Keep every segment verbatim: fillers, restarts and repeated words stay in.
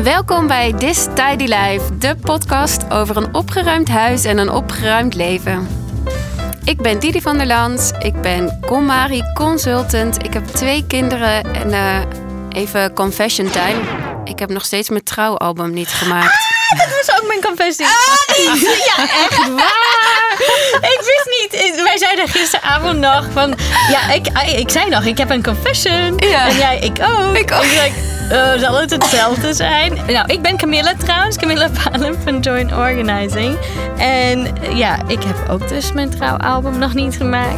Welkom bij This Tidy Life, de podcast over een opgeruimd huis en een opgeruimd leven. Ik ben Didi van der Lans, ik ben KonMari consultant. Ik heb twee kinderen en uh, even confession time. Ik heb nog steeds mijn trouwalbum niet gemaakt. Ah, dat was ook mijn confessie. Ah, ja, echt waar. Ik wist niet. Wij zeiden gisteravond nog van... Ja, ik, ik zei nog, ik heb een confession. Ja. En jij, ik ook. Ik ook. En ik uh, zal het hetzelfde zijn? Nou, ik ben Camilla trouwens. Camilla Palem van Joint Organizing. En ja, ik heb ook dus mijn trouwalbum nog niet gemaakt.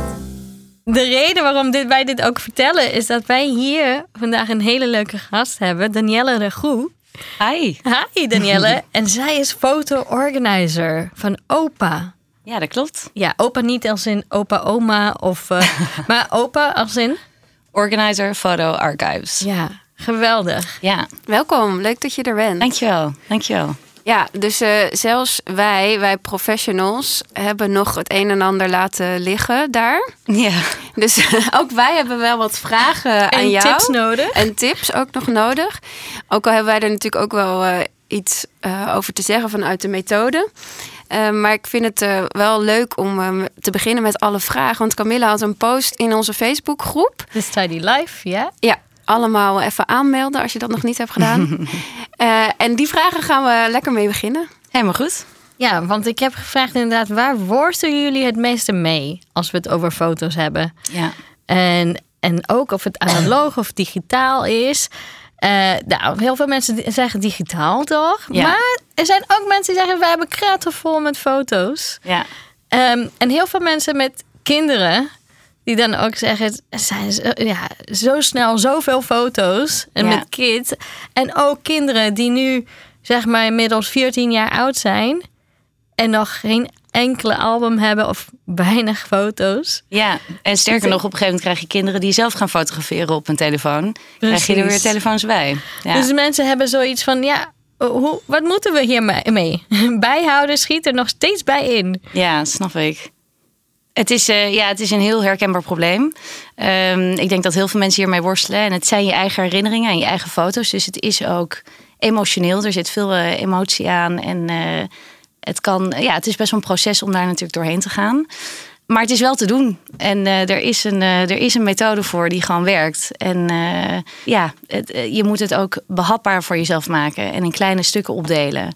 De reden waarom dit, wij dit ook vertellen... is dat wij hier vandaag een hele leuke gast hebben. Danielle Regoe. Hi. Hi Danielle. En zij is foto-organizer van OPA. Ja, dat klopt. Ja, OPA niet als in opa, oma. Of, uh, maar OPA als in? Organizer Photo Archives. Ja, geweldig. Ja. Welkom, leuk dat je er bent. Dankjewel, dankjewel. Ja, dus uh, zelfs wij, wij professionals, hebben nog het een en ander laten liggen daar. Ja. Dus uh, ook wij hebben wel wat vragen en aan jou. En tips nodig. En tips ook nog nodig. Ook al hebben wij er natuurlijk ook wel uh, iets uh, over te zeggen vanuit de methode. Uh, maar ik vind het uh, wel leuk om uh, te beginnen met alle vragen. Want Camilla had een post in onze Facebookgroep. This Tidy Life, ja. Ja. Allemaal even aanmelden als je dat nog niet hebt gedaan. uh, en die vragen gaan we lekker mee beginnen. Helemaal goed. Ja, want ik heb gevraagd inderdaad... waar worstelen jullie het meeste mee als we het over foto's hebben? Ja. En, en ook of het analoog of digitaal is. Uh, nou, heel veel mensen zeggen digitaal toch? Ja. Maar er zijn ook mensen die zeggen... wij hebben kraten vol met foto's. Ja. Um, en heel veel mensen met kinderen... die dan ook zeggen, het zijn zo, ja, zo snel zoveel foto's. En ja. met kids. En ook kinderen die nu, zeg maar, inmiddels veertien jaar oud zijn. En nog geen enkele album hebben of weinig foto's. Ja, en sterker dus nog, op een gegeven moment krijg je kinderen die zelf gaan fotograferen op hun telefoon. Precies. Krijg je er weer telefoons bij. Ja. Dus mensen hebben zoiets van, ja, hoe, wat moeten we hiermee? Bijhouden schiet er nog steeds bij in. Ja, snap ik. Het is, uh, ja, het is een heel herkenbaar probleem. Um, ik denk dat heel veel mensen hiermee worstelen. En het zijn je eigen herinneringen en je eigen foto's. Dus het is ook emotioneel. Er zit veel uh, emotie aan. En uh, het, kan, ja, het is best wel een proces om daar natuurlijk doorheen te gaan. Maar het is wel te doen. En uh, er, is een, uh, er is een methode voor die gewoon werkt. En uh, ja, het, uh, je moet het ook behapbaar voor jezelf maken. En in kleine stukken opdelen.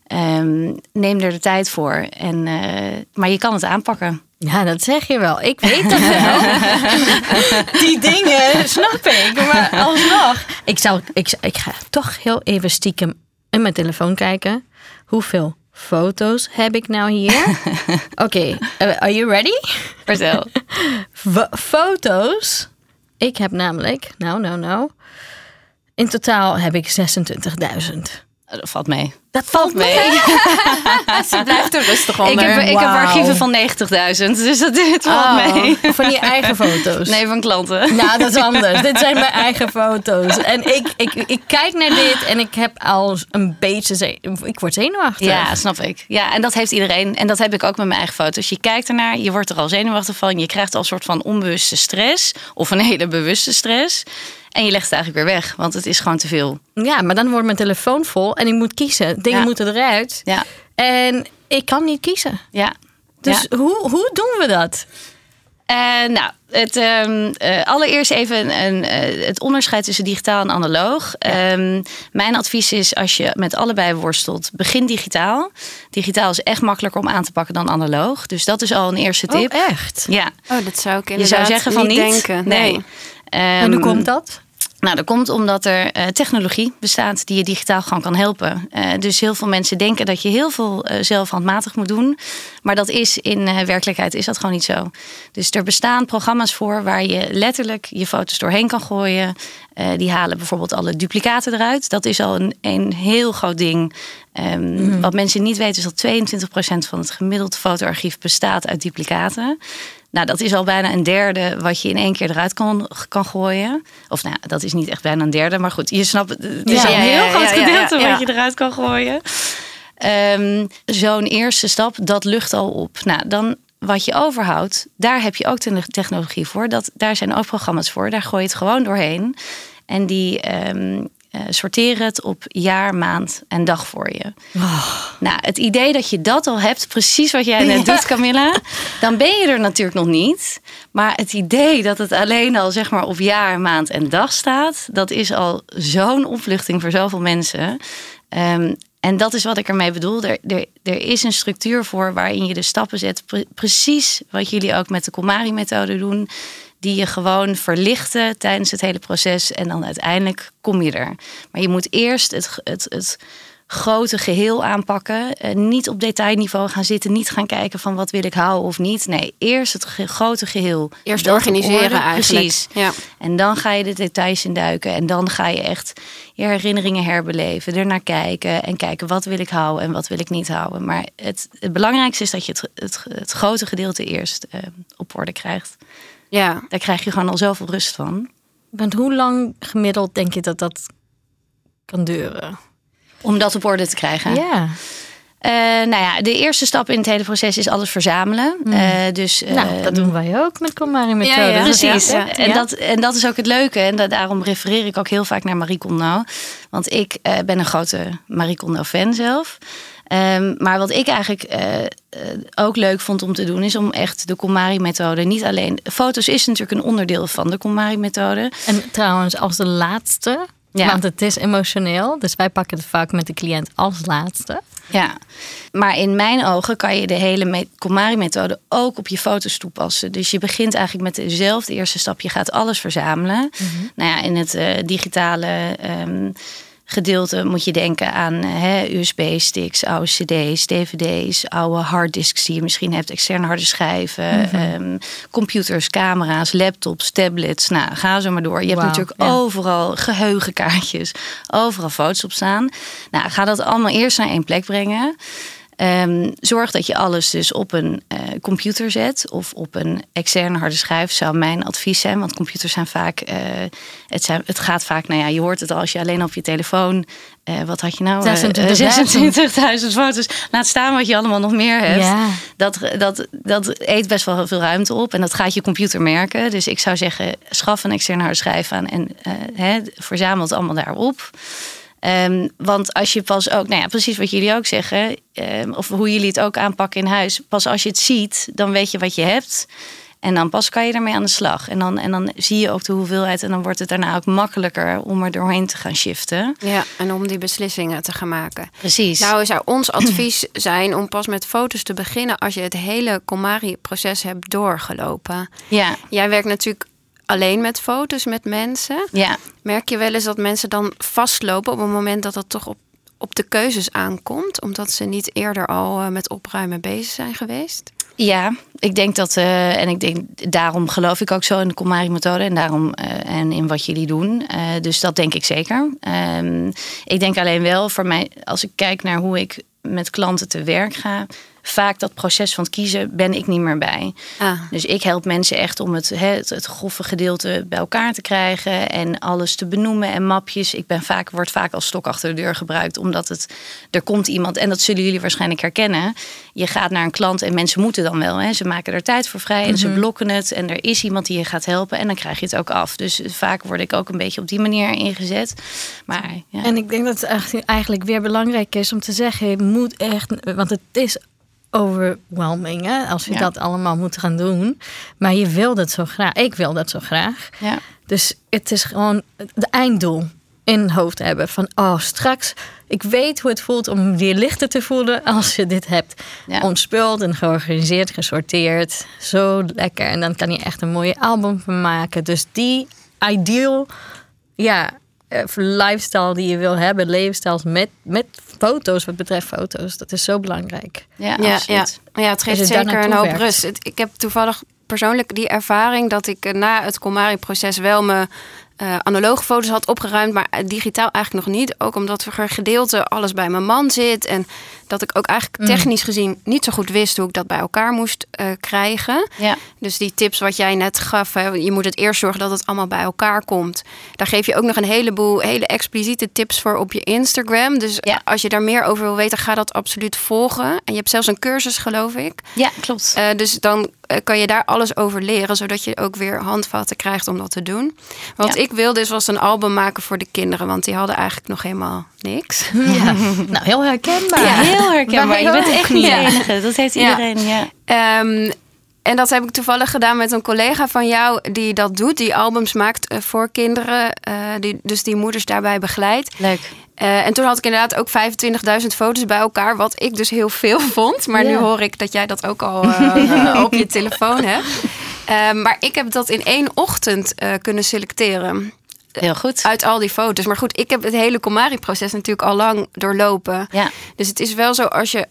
Um, neem er de tijd voor. En, uh, maar je kan het aanpakken. Ja, dat zeg je wel. Ik weet dat wel. Die dingen snap ik. Maar alsnog. Ik, zou, ik, ik ga toch heel even stiekem in mijn telefoon kijken. Hoeveel foto's heb ik nou hier? Oké, okay, uh, are you ready? Vertel. V- foto's. Ik heb namelijk, nou, nou, nou. In totaal heb ik zesentwintigduizend. Dat valt mee. Dat valt mee. Ze blijft er rustig onder. Ik heb, ik wow. heb archieven van negentigduizend, dus dat het valt oh, mee. Van je eigen foto's? Nee, van klanten. Nou, dat is anders. Dit zijn mijn eigen foto's. En ik, ik, ik kijk naar dit en ik heb al een beetje... Ze- ik word zenuwachtig. Ja, snap ik. Ja, en dat heeft iedereen. En dat heb ik ook met mijn eigen foto's. Je kijkt ernaar, je wordt er al zenuwachtig van. Je krijgt al een soort van onbewuste stress. Of een hele bewuste stress. En je legt het eigenlijk weer weg, want het is gewoon te veel. Ja, maar dan wordt mijn telefoon vol en ik moet kiezen. Dingen ja. moeten eruit. Ja. En ik kan niet kiezen. Ja. Dus ja. Hoe, hoe doen we dat? Uh, nou, het, um, uh, allereerst even een, uh, het onderscheid tussen digitaal en analoog. Ja. Um, mijn advies is, als je met allebei worstelt, begin digitaal. Digitaal is echt makkelijker om aan te pakken dan analoog. Dus dat is al een eerste tip. Oh, echt? Ja. Oh, dat zou ik inderdaad je zou zeggen van niet niet denken. Nee. nee. Um, en hoe komt dat? Nou, dat komt omdat er uh, technologie bestaat die je digitaal gewoon kan helpen. Uh, dus heel veel mensen denken dat je heel veel uh, zelf handmatig moet doen. Maar dat is in uh, werkelijkheid is dat gewoon niet zo. Dus er bestaan programma's voor waar je letterlijk je foto's doorheen kan gooien. Uh, die halen bijvoorbeeld alle duplicaten eruit. Dat is al een, een heel groot ding. Um, mm. Wat mensen niet weten is dat tweeëntwintig procent van het gemiddeld fotoarchief bestaat uit duplicaten. Nou, dat is al bijna een derde wat je in één keer eruit kan, kan gooien. Of nou, dat is niet echt bijna een derde. Maar goed, je snapt, het is ja, al een heel ja, groot ja, gedeelte ja, ja, ja. wat je eruit kan gooien. Um, zo'n eerste stap, dat lucht al op. Nou, dan wat je overhoudt, daar heb je ook technologie voor. Dat, daar zijn ook programma's voor. Daar gooi je het gewoon doorheen. En die... Um, uh, sorteer het op jaar, maand en dag voor je. Oh. Nou, het idee dat je dat al hebt, precies wat jij net ja. doet, Camilla, dan ben je er natuurlijk nog niet. Maar het idee dat het alleen al zeg maar op jaar, maand en dag staat, dat is al zo'n opluchting voor zoveel mensen. Um, En dat is wat ik ermee bedoel. Er, er, er is een structuur voor waarin je de stappen zet. Pre- precies wat jullie ook met de KonMari-methode doen. Die je gewoon verlichten tijdens het hele proces. En dan uiteindelijk kom je er. Maar je moet eerst het, het, het grote geheel aanpakken. Uh, niet op detailniveau gaan zitten. Niet gaan kijken van wat wil ik houden of niet. Nee, eerst het ge- grote geheel. Eerst organiseren eigenlijk. Precies. Ja. En dan ga je de details induiken. En dan ga je echt je herinneringen herbeleven. Ernaar kijken. En kijken wat wil ik houden en wat wil ik niet houden. Maar het, het belangrijkste is dat je het, het, het grote gedeelte eerst uh, op orde krijgt. Ja. Daar krijg je gewoon al zoveel rust van. Want hoe lang gemiddeld denk je dat dat kan duren? Om dat op orde te krijgen? Ja. Uh, nou ja, de eerste stap in het hele proces is alles verzamelen. Mm. Uh, dus, uh, nou, dat doen wij ook met KonMari-methode. Ja, ja, precies. Ja, ja. En, dat, en dat is ook het leuke. En dat, daarom refereer ik ook heel vaak naar Marie Kondo. Want ik uh, ben een grote Marie Kondo-fan zelf. Um, maar wat ik eigenlijk uh, uh, ook leuk vond om te doen, is om echt de KonMari-methode niet alleen. Foto's is natuurlijk een onderdeel van de KonMari-methode. En trouwens, als de laatste. Ja. Want het is emotioneel. Dus wij pakken het vaak met de cliënt als laatste. Ja, maar in mijn ogen kan je de hele KonMari-methode ook op je foto's toepassen. Dus je begint eigenlijk met dezelfde eerste stap. Je gaat alles verzamelen. Mm-hmm. Nou ja, in het uh, digitale um, gedeelte moet je denken aan uh, U S B-sticks, oude cd's, dvd's, oude harddisks die je misschien hebt, externe harde schijven, mm-hmm. um, computers, camera's, laptops, tablets. Nou, ga zo maar door. Je hebt wow, natuurlijk ja. overal geheugenkaartjes, overal foto's op staan. Nou, ga dat allemaal eerst naar één plek brengen. Um, zorg dat je alles dus op een uh, computer zet of op een externe harde schijf, zou mijn advies zijn. Want computers zijn vaak, uh, het, zijn, het gaat vaak, nou ja, je hoort het al als je alleen op je telefoon, uh, wat had je nou? zesentwintigduizend foto's. Laat staan wat je allemaal nog meer hebt. Ja. Dat, dat, dat eet best wel veel ruimte op en dat gaat je computer merken. Dus ik zou zeggen, schaf een externe harde schijf aan en uh, he, verzamel het allemaal daarop. Um, want als je pas ook, nou ja, precies wat jullie ook zeggen, um, of hoe jullie het ook aanpakken in huis, pas als je het ziet, dan weet je wat je hebt. En dan pas kan je ermee aan de slag. En dan, en dan zie je ook de hoeveelheid en dan wordt het daarna ook makkelijker om er doorheen te gaan shiften. Ja, en om die beslissingen te gaan maken. Precies. Nou, zou ons advies zijn om pas met foto's te beginnen als je het hele KonMari-proces hebt doorgelopen. Ja. Jij werkt natuurlijk alleen met foto's met mensen. Ja. Merk je wel eens dat mensen dan vastlopen op het moment dat het toch op, op de keuzes aankomt? Omdat ze niet eerder al uh, met opruimen bezig zijn geweest? Ja, ik denk dat, uh, en ik denk daarom geloof ik ook zo in de KonMari-methode en daarom uh, en in wat jullie doen. Uh, dus dat denk ik zeker. Um, ik denk alleen wel voor mij, als ik kijk naar hoe ik met klanten te werk ga, vaak dat proces van het kiezen ben ik niet meer bij. Ah. Dus ik help mensen echt om het, het, het grove gedeelte bij elkaar te krijgen en alles te benoemen en mapjes. Ik ben vaak, word vaak als stok achter de deur gebruikt, omdat het, er komt iemand, en dat zullen jullie waarschijnlijk herkennen. Je gaat naar een klant en mensen moeten dan wel. Hè. Ze maken er tijd voor vrij en mm-hmm. ze blokken het en er is iemand die je gaat helpen en dan krijg je het ook af. Dus vaak word ik ook een beetje op die manier ingezet. Maar, ja. En ik denk dat het eigenlijk weer belangrijk is om te zeggen, je moet echt, want het is overwhelming, hè, als je ja. dat allemaal moet gaan doen. Maar je wil dat zo graag. Ik wil dat zo graag. Ja. Dus het is gewoon het einddoel in het hoofd hebben. Van, oh, straks, ik weet hoe het voelt om je lichter te voelen als je dit hebt. Ja. Ontspuld en georganiseerd, gesorteerd. Zo lekker. En dan kan je echt een mooie album van maken. Dus die ideal, ja, lifestyle die je wil hebben, levensstijl met, met foto's, wat betreft foto's. Dat is zo belangrijk. Ja, ja, ja. ja het geeft zeker een hoop werkt. rust. Ik heb toevallig persoonlijk die ervaring dat ik na het KonMari-proces wel mijn uh, analoge foto's had opgeruimd, maar digitaal eigenlijk nog niet. Ook omdat er gedeelte alles bij mijn man zit en dat ik ook eigenlijk technisch gezien niet zo goed wist hoe ik dat bij elkaar moest uh, krijgen. Ja. Dus die tips wat jij net gaf, hè, je moet het eerst zorgen dat het allemaal bij elkaar komt. Daar geef je ook nog een heleboel hele expliciete tips voor op je Instagram. Dus ja. als je daar meer over wil weten, ga dat absoluut volgen. En je hebt zelfs een cursus, geloof ik. Ja, klopt. Uh, dus dan uh, kan je daar alles over leren, zodat je ook weer handvatten krijgt om dat te doen. Wat ja. ik wilde is was een album maken voor de kinderen, want die hadden eigenlijk nog helemaal niks. Ja. Nou, heel herkenbaar. Ja, heel herkenbaar. Je bent echt niet de ja. enige. Dat heeft iedereen, ja. ja. Um, en dat heb ik toevallig gedaan met een collega van jou die dat doet. Die albums maakt uh, voor kinderen. Uh, die, dus die moeders daarbij begeleidt. Leuk. Uh, en toen had ik inderdaad ook vijfentwintigduizend foto's bij elkaar. Wat ik dus heel veel vond. Maar ja. nu hoor ik dat jij dat ook al uh, op je telefoon hebt. Uh, maar ik heb dat in één ochtend uh, kunnen selecteren. Heel goed. Uit al die foto's. Maar goed, ik heb het hele KonMari-proces natuurlijk al lang doorlopen. Ja. Dus het is wel zo, als je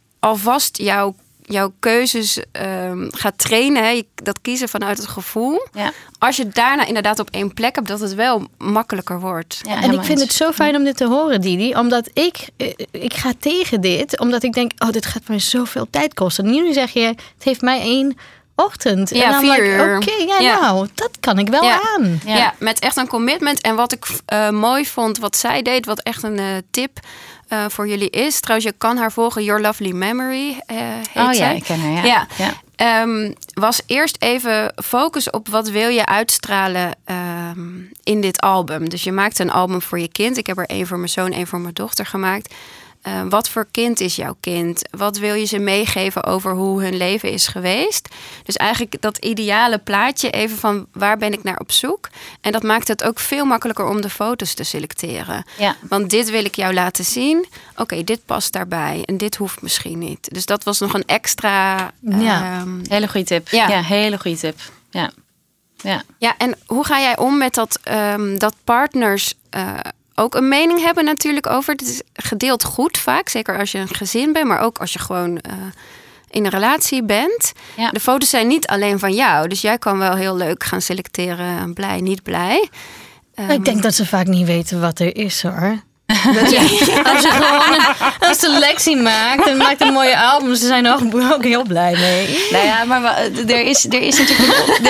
alvast jouw, jouw keuzes um, gaat trainen, hè, dat kiezen vanuit het gevoel. Ja. Als je daarna inderdaad op één plek hebt, dat het wel makkelijker wordt. Ja, en ik vind het zo fijn om dit te horen, Didi. Omdat ik, ik ga tegen dit. Omdat ik denk, oh, dit gaat mij zoveel tijd kosten. Nu zeg je, het heeft mij één ochtend. Ja, en vier uur. Oké, okay, ja, ja, nou, dat kan ik wel ja. aan. Ja. ja, met echt een commitment. En wat ik uh, mooi vond, wat zij deed, wat echt een uh, tip uh, voor jullie is. Trouwens, je kan haar volgen, Your Lovely Memory uh, heet Oh zij. ja, ik ken haar, ja. ja. ja. Um, was eerst even focus op wat wil je uitstralen um, in dit album. Dus je maakt een album voor je kind. Ik heb er één voor mijn zoon, één voor mijn dochter gemaakt. Uh, wat voor kind is jouw kind? Wat wil je ze meegeven over hoe hun leven is geweest? Dus eigenlijk dat ideale plaatje even van waar ben ik naar op zoek? En dat maakt het ook veel makkelijker om de foto's te selecteren. Ja. Want dit wil ik jou laten zien. Oké, okay, dit past daarbij. En dit hoeft misschien niet. Dus dat was nog een extra... Ja, um, hele goede tip. Ja, ja hele goede tip. Ja. Ja. ja, en hoe ga jij om met dat, um, dat partners... Uh, ook een mening hebben natuurlijk over. Het is gedeeld goed vaak. Zeker als je een gezin bent. Maar ook als je gewoon uh, in een relatie bent. Ja. De foto's zijn niet alleen van jou. Dus jij kan wel heel leuk gaan selecteren. Blij, niet blij. Um, Ik denk dat ze vaak niet weten wat er is, hoor. Dat je, als je gewoon een, een selectie maakt en maakt een mooie album, ze zijn er ook, ook heel blij mee. Nou ja, maar er is, er is natuurlijk...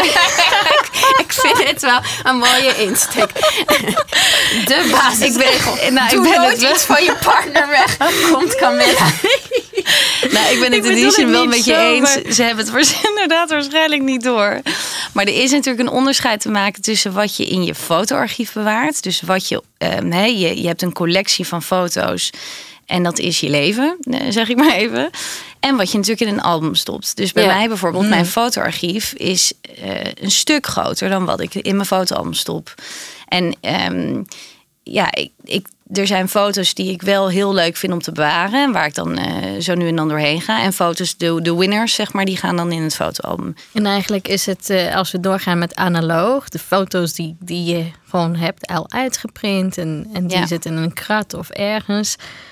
Ik vind het wel een mooie insteek. De basisregel. Ik ben, nou, Doe ik ben nooit het wel... iets van je partner weg. Komt Camilla. Nou, ik ben het in die zin wel met je eens. Maar... Ze hebben het inderdaad waarschijnlijk niet door. Maar er is natuurlijk een onderscheid te maken tussen wat je in je fotoarchief bewaart. Dus wat je, um, he, je, je hebt een collectie van foto's. En dat is je leven, zeg ik maar even. En wat je natuurlijk in een album stopt. Dus bij ja. mij bijvoorbeeld, mm. mijn fotoarchief is uh, een stuk groter dan wat ik in mijn fotoalbum stop. En um, ja, ik, ik, er zijn foto's die ik wel heel leuk vind om te bewaren. En waar ik dan uh, zo nu en dan doorheen ga. En foto's, de, de winners, zeg maar, die gaan dan in het fotoalbum. En eigenlijk is het, uh, als we doorgaan met analoog, de foto's die, die je gewoon hebt al uitgeprint. En, en die ja. zitten in een krat of ergens.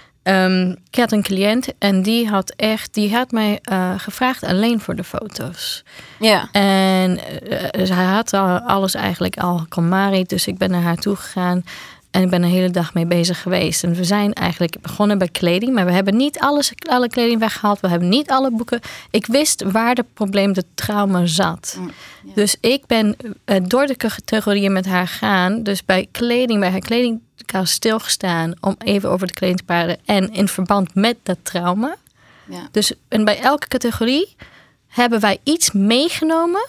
Um, ik had een cliënt en die had echt, die had mij uh, gevraagd alleen voor de foto's. Ja. En uh, dus hij had al alles eigenlijk al KonMari, dus ik ben naar haar toe gegaan en ik ben een hele dag mee bezig geweest. En we zijn eigenlijk begonnen bij kleding, maar we hebben niet alles, alle kleding weggehaald. We hebben niet alle boeken. Ik wist waar het probleem, de trauma zat. Mm, ja. Dus ik ben uh, door de categorieën met haar gaan. Dus bij kleding, bij haar kleding. stilgestaan om even over de kleding te praten en in verband met dat trauma. Ja. Dus en bij elke categorie hebben wij iets meegenomen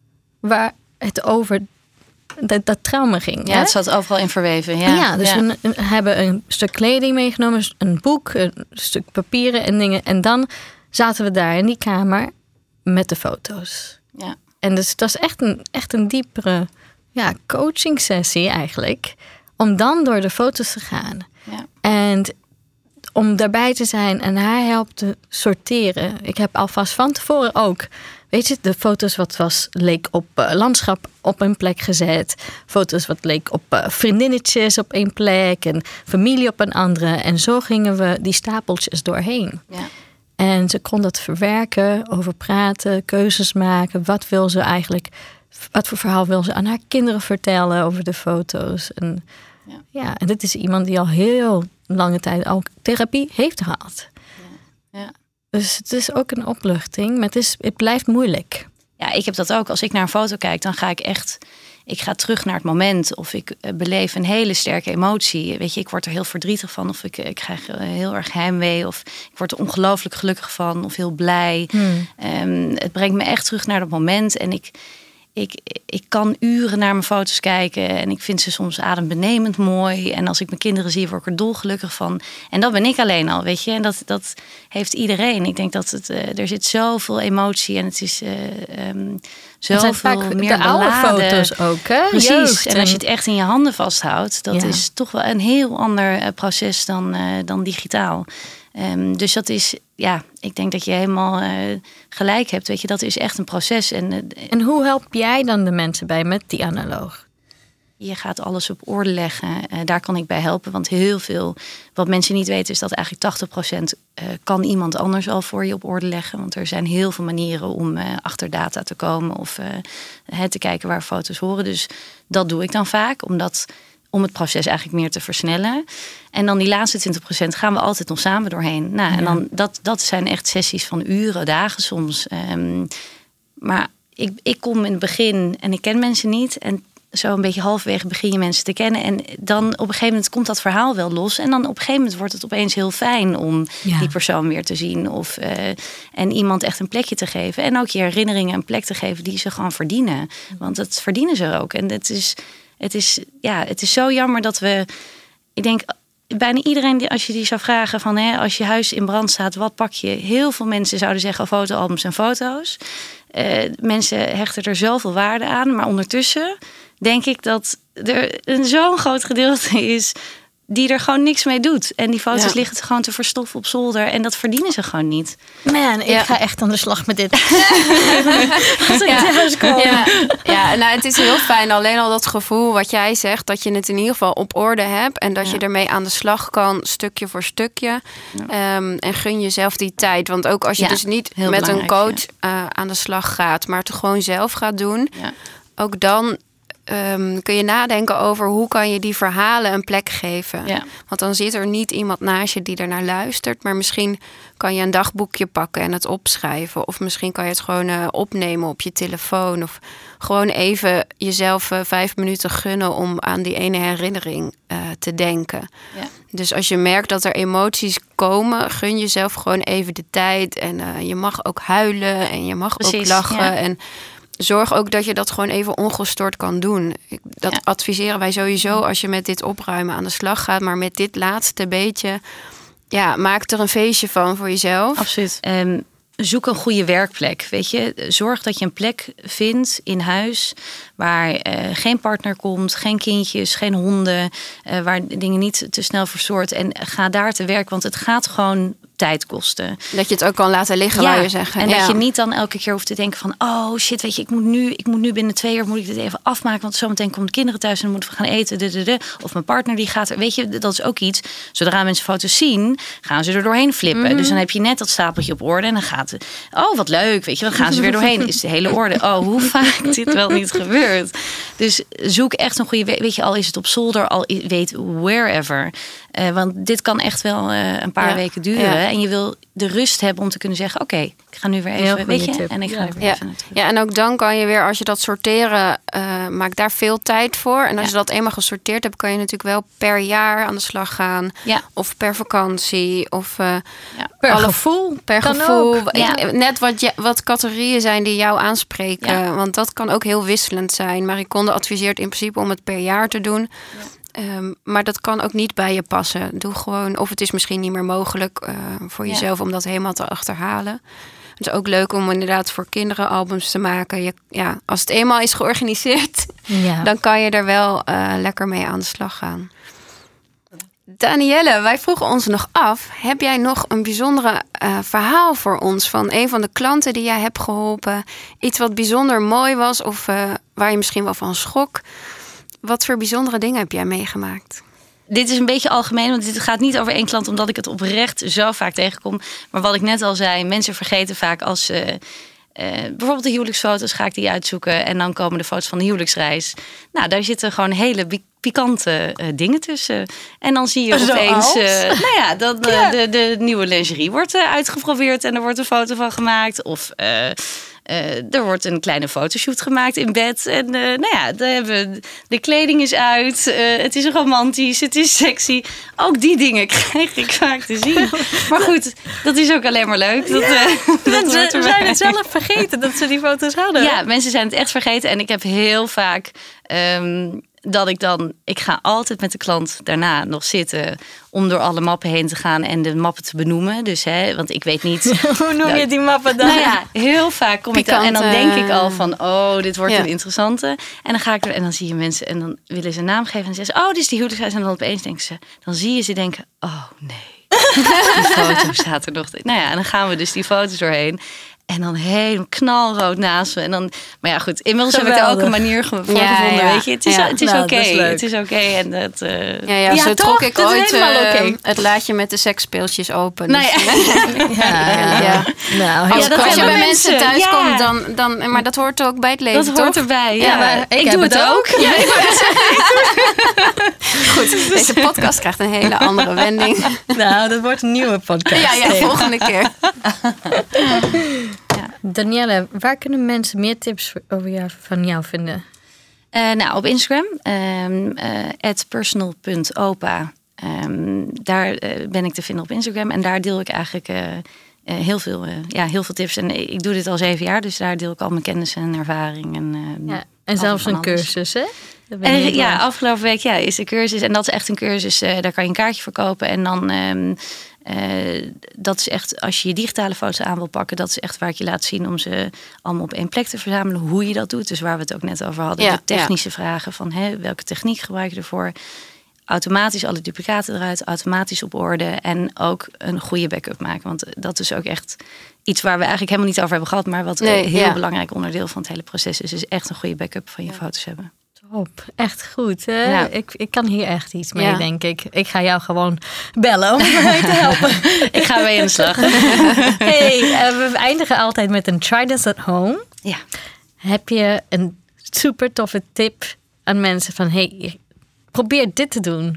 waar het over dat, dat trauma ging. Ja, hè? het zat overal in verweven. Ja, ja dus ja. we een, hebben een stuk kleding meegenomen, een boek, een stuk papieren en dingen. En dan zaten we daar in die kamer met de foto's. Ja. En dus dat is echt een, echt een diepere ja, coaching sessie eigenlijk. Om dan door de foto's te gaan. Ja. En om daarbij te zijn en haar helpt te sorteren. Ik heb alvast van tevoren ook, weet je, de foto's wat was, leek op uh, landschap op een plek gezet. Foto's wat leek op uh, vriendinnetjes op één plek. En familie op een andere. En zo gingen we die stapeltjes doorheen. Ja. En ze kon dat verwerken, over praten, keuzes maken. Wat wil ze eigenlijk, wat voor verhaal wil ze aan haar kinderen vertellen over de foto's. En ja, ja en dit is iemand die al heel lange tijd ook therapie heeft gehad. Ja. Dus het is ook een opluchting, maar het, is, het blijft moeilijk. Ja, ik heb dat ook. Als ik naar een foto kijk, dan ga ik echt... Ik ga terug naar het moment of ik uh, beleef een hele sterke emotie. Weet je, ik word er heel verdrietig van of ik, ik krijg uh, heel erg heimwee. Of ik word er ongelooflijk gelukkig van of heel blij. Hmm. Um, het brengt me echt terug naar dat moment. En ik, ik, ik kan uren naar mijn foto's kijken. En ik vind ze soms adembenemend mooi. En als ik mijn kinderen zie, word ik er dolgelukkig van. En dat ben ik alleen al, weet je. En dat, dat heeft iedereen. Ik denk dat het, uh, er zit zoveel emotie en het is... Uh, um, Zoveel meer de oude beladen. Foto's ook, hè? Precies. Jeugd. En als je het echt in je handen vasthoudt, dat ja. is toch wel een heel ander uh, proces dan, uh, dan digitaal. Um, dus dat is, ja, ik denk dat je helemaal uh, gelijk hebt. Weet je, dat is echt een proces. En, uh, en hoe help jij dan de mensen bij met die analoog? Je gaat alles op orde leggen. Uh, daar kan ik bij helpen. Want heel veel, wat mensen niet weten, is dat eigenlijk tachtig procent uh, kan iemand anders al voor je op orde leggen. Want er zijn heel veel manieren om uh, achter data te komen of uh, te kijken waar foto's horen. Dus dat doe ik dan vaak, omdat, om het proces eigenlijk meer te versnellen. En dan die laatste twintig procent gaan we altijd nog samen doorheen. Nou, ja. En dan, dat, dat zijn echt sessies van uren, dagen soms. Um, maar ik, ik kom in het begin en ik ken mensen niet. En zo een beetje halverwege begin je mensen te kennen. En dan op een gegeven moment komt dat verhaal wel los. En dan op een gegeven moment wordt het opeens heel fijn om ja. die persoon weer te zien. Of, uh, en iemand echt een plekje te geven. En ook je herinneringen een plek te geven die ze gewoon verdienen. Want dat verdienen ze ook. En het is, het is, ja, het is zo jammer dat we... Ik denk, bijna iedereen, die, als je die zou vragen van... Hè, als je huis in brand staat, wat pak je? Heel veel mensen zouden zeggen fotoalbums en foto's. Uh, mensen hechten er zoveel waarde aan. Maar ondertussen... denk ik dat er een zo'n groot gedeelte is die er gewoon niks mee doet. En die foto's ja. liggen gewoon te verstoffen op zolder. En dat verdienen ze gewoon niet. Man, ik ja. ga echt aan de slag met dit. Als ik ja. thuis kom. Ja, ja nou, het is heel fijn. Alleen al dat gevoel wat jij zegt, dat je het in ieder geval op orde hebt. En dat ja. je ermee aan de slag kan, stukje voor stukje. Ja. Um, en gun jezelf die tijd. Want ook als je ja, dus niet met een coach ja. uh, aan de slag gaat, maar het gewoon zelf gaat doen. Ja. Ook dan... Um, kun je nadenken over hoe kan je die verhalen een plek geven. Ja. Want dan zit er niet iemand naast je die ernaar luistert. Maar misschien kan je een dagboekje pakken en het opschrijven. Of misschien kan je het gewoon uh, opnemen op je telefoon. Of gewoon even jezelf uh, vijf minuten gunnen om aan die ene herinnering uh, te denken. Ja. Dus als je merkt dat er emoties komen, gun jezelf gewoon even de tijd. En uh, je mag ook huilen en je mag Precies, ook lachen. Ja. En zorg ook dat je dat gewoon even ongestoord kan doen. Dat ja. adviseren wij sowieso als je met dit opruimen aan de slag gaat. Maar met dit laatste beetje, ja, maak er een feestje van voor jezelf. Absoluut. Um, zoek een goede werkplek. Weet je, zorg dat je een plek vindt in huis waar uh, geen partner komt, geen kindjes, geen honden, uh, waar dingen niet te snel verstoord. En ga daar te werk, want het gaat gewoon tijd kosten. Dat je het ook kan laten liggen, ja, wou je zeggen. En ja. dat je niet dan elke keer hoeft te denken van, oh shit, weet je, ik moet nu, ik moet nu binnen twee uur moet ik dit even afmaken, want zometeen komen de kinderen thuis en dan moeten we gaan eten. De, de, de. Of mijn partner die gaat er, weet je, dat is ook iets. Zodra mensen foto's zien, gaan ze er doorheen flippen. Mm-hmm. Dus dan heb je net dat stapeltje op orde en dan gaat het, oh wat leuk, weet je, dan gaan ze weer doorheen. Is de hele orde. Oh, hoe vaak dit wel niet gebeurt. Dus zoek echt een goede, weet je, al is het op zolder, al weet wherever. Uh, want dit kan echt wel uh, een paar ja. weken duren. Ja. En je wil de rust hebben om te kunnen zeggen, oké, okay, ik ga nu weer even, weet je, tip. en ik ga ja. weer ja. even naartoe. Ja, en ook dan kan je weer, als je dat sorteren, uh, maak daar veel tijd voor. En als ja. je dat eenmaal gesorteerd hebt, kan je natuurlijk wel per jaar aan de slag gaan. Ja. Of per vakantie. Of uh, ja. per alle, gevoel. Per kan gevoel. Ja. Net wat, je, wat categorieën zijn die jou aanspreken. Ja. Want dat kan ook heel wisselend zijn. Marie Kondo adviseert in principe om het per jaar te doen. Ja. Um, maar dat kan ook niet bij je passen. Doe gewoon, of het is misschien niet meer mogelijk uh, voor jezelf ja. om dat helemaal te achterhalen. Het is ook leuk om inderdaad voor kinderen albums te maken. Je, ja, als het eenmaal is georganiseerd, ja. dan kan je er wel uh, lekker mee aan de slag gaan. Danielle, wij vroegen ons nog af, heb jij nog een bijzondere uh, verhaal voor ons van een van de klanten die jij hebt geholpen? Iets wat bijzonder mooi was of uh, waar je misschien wel van schrok? Wat voor bijzondere dingen heb jij meegemaakt? Dit is een beetje algemeen, want dit gaat niet over één klant, omdat ik het oprecht zo vaak tegenkom. Maar wat ik net al zei, mensen vergeten vaak als ze uh, uh, bijvoorbeeld de huwelijksfoto's, ga ik die uitzoeken en dan komen de foto's van de huwelijksreis. Nou, daar zitten gewoon hele pikante uh, dingen tussen. En dan zie je Zo opeens... Uh, nou ja, dat uh, ja. De, de nieuwe lingerie wordt uh, uitgeprobeerd en er wordt een foto van gemaakt. Of uh, uh, er wordt een kleine fotoshoot gemaakt in bed. En uh, nou ja, de, hebben, de kleding is uit. Uh, het is romantisch, het is sexy. Ook die dingen krijg ik vaak te zien. Maar goed, dat is ook alleen maar leuk. Dat, ja, uh, dat ze, ze zijn het zelf vergeten dat ze die foto's hadden. Ja, mensen zijn het echt vergeten. En ik heb heel vaak... Um, dat ik dan, ik ga altijd met de klant daarna nog zitten om door alle mappen heen te gaan en de mappen te benoemen. Dus hè, want ik weet niet. Hoe noem je die mappen dan? Nou ja, heel vaak kom Pikant, ik dan en dan denk ik al van, oh, dit wordt ja. een interessante. En dan ga ik er en dan zie je mensen en dan willen ze een naam geven en dan zeggen ze, oh, dit is die huwelijksreis. En dan opeens denken ze, dan zie je ze denken, oh nee, die foto staat er nog. Nou ja, en dan gaan we dus die foto's doorheen. En dan helemaal knalrood naast me. En dan, maar ja, goed. Inmiddels Geweldig. heb ik er ook een manier voor ja, gevonden, ja. weet je. Het is, ja. nou, oké. Okay. Het is oké. Okay. En dat... Uh... Ja, ja, ja, zo toch? trok ik dat ooit uh, okay. het laadje met de seksspeeltjes open. Nou, dus, ja. ja, ja. ja. Nou, als, ja, dat als je bij mensen, mensen thuis ja. komt, dan, dan... Maar dat hoort ook bij het leven, Dat toch? hoort erbij, ja. ja maar ik, ik doe het ook. ook. Ja, goed, deze podcast krijgt een hele andere wending. Nou, dat wordt een nieuwe podcast. Ja, ja, volgende keer. Ja. Danielle, waar kunnen mensen meer tips over jou, van jou vinden? Uh, nou, op Instagram, um, uh, at personal punt opa. Um, daar uh, ben ik te vinden op Instagram. En daar deel ik eigenlijk uh, uh, heel, veel, uh, ja, heel veel tips. En ik doe dit al zeven jaar, dus daar deel ik al mijn kennis en ervaring. En, uh, ja, en zelfs een alles. cursus, hè? En, ja, afgelopen week ja, is de cursus. En dat is echt een cursus, uh, daar kan je een kaartje voor kopen. En dan... Um, Uh, dat is echt, als je je digitale foto's aan wil pakken, dat is echt waar ik je laat zien om ze allemaal op één plek te verzamelen. Hoe je dat doet. Dus waar we het ook net over hadden. Ja, de technische ja. vragen van hè, welke techniek gebruik je ervoor. Automatisch alle duplicaten eruit, automatisch op orde. En ook een goede backup maken. Want dat is ook echt iets waar we eigenlijk helemaal niet over hebben gehad. Maar wat nee, een heel ja. belangrijk onderdeel van het hele proces is. Dus echt een goede backup van je ja. foto's hebben. Top, echt goed. Hè? Ja. Ik, ik kan hier echt iets mee, ja. denk ik. Ik ga jou gewoon bellen om mij te helpen. Ik ga mee aan de slag. Hey, uh, we eindigen altijd met een try this at home. Ja. Heb je een super toffe tip aan mensen van... hey, probeer dit te doen?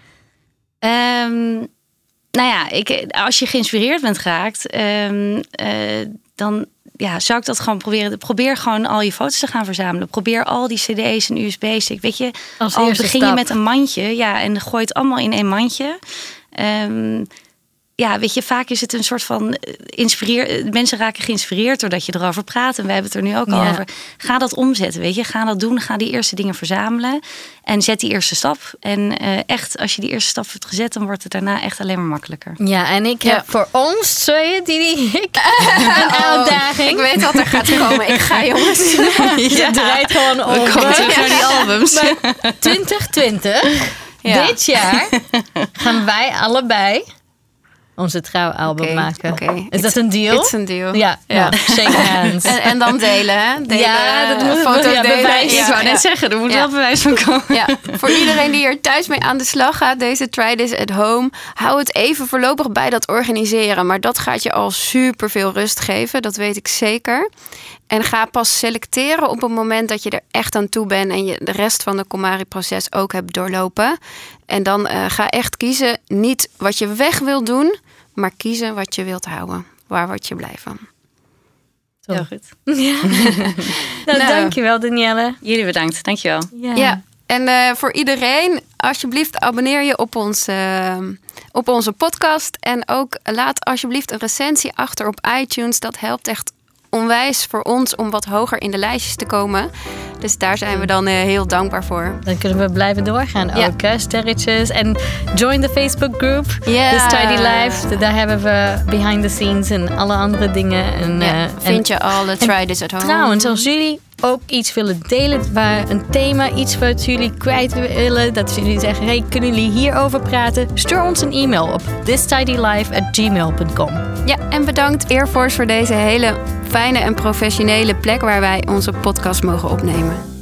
Um, nou ja, ik, als je geïnspireerd bent geraakt... Um, uh, dan... Ja, zou ik dat gewoon proberen. Probeer gewoon al je foto's te gaan verzamelen. Probeer al die cd's en U S B-stick. Weet je, als al eerste begin stap. je met een mandje. Ja, en gooi het allemaal in één mandje. Um, ja, weet je, vaak is het een soort van inspireer. Mensen raken geïnspireerd doordat je erover praat. En wij hebben het er nu ook al ja. over. Ga dat omzetten, weet je. Ga dat doen. Ga die eerste dingen verzamelen. En zet die eerste stap. En uh, echt, als je die eerste stap hebt gezet, dan wordt het daarna echt alleen maar makkelijker. Ja, en ik heb ja. voor ons, twee, die ik een uitdaging. Ik weet wat er gaat komen. Ik ga, jongens. Je ja. draait gewoon om. We komen terug naar die albums. twintig twintig, ja. dit jaar, gaan wij allebei onze trouwalbum okay, maken. Okay. Is dat een deal? Het is een deal. Ja, ja. Nou, shake hands. En, en dan delen, hè? Delen, ja, dat moet foto's ja, delen. Bewijs. Ja, ik wou net ja. zeggen, er moet ja. wel bewijs van komen. Ja. Voor iedereen die er thuis mee aan de slag gaat, deze Try This at Home, hou het even voorlopig bij dat organiseren. Maar dat gaat je al super veel rust geven, dat weet ik zeker. En ga pas selecteren op het moment dat je er echt aan toe bent en je de rest van de KonMari-proces ook hebt doorlopen. En dan uh, ga echt kiezen, niet wat je weg wil doen, maar kiezen wat je wilt houden. Waar word je blij van? Heel goed. Ja. nou, nou, dankjewel Danielle. Jullie bedankt, dankjewel. Ja, ja. En uh, voor iedereen, alsjeblieft abonneer je op, ons, uh, op onze podcast. En ook laat alsjeblieft een recensie achter op iTunes. Dat helpt echt onwijs voor ons om wat hoger in de lijstjes te komen. Dus daar zijn we dan uh, heel dankbaar voor. Dan kunnen we blijven doorgaan ja. ook, hè? Sterretjes. En join de Facebook group, yeah. This Tidy Life. Daar hebben we behind the scenes en alle andere dingen. En, ja, uh, vind en, je alle Try This at Home. Trouwens, als jullie ook iets willen delen, waar een thema, iets wat jullie kwijt willen, dat jullie zeggen, hey, kunnen jullie hierover praten? Stuur ons een e-mail op this tidy life at gmail dot com. Ja, en bedankt Air Force voor deze hele fijne en professionele plek waar wij onze podcast mogen opnemen.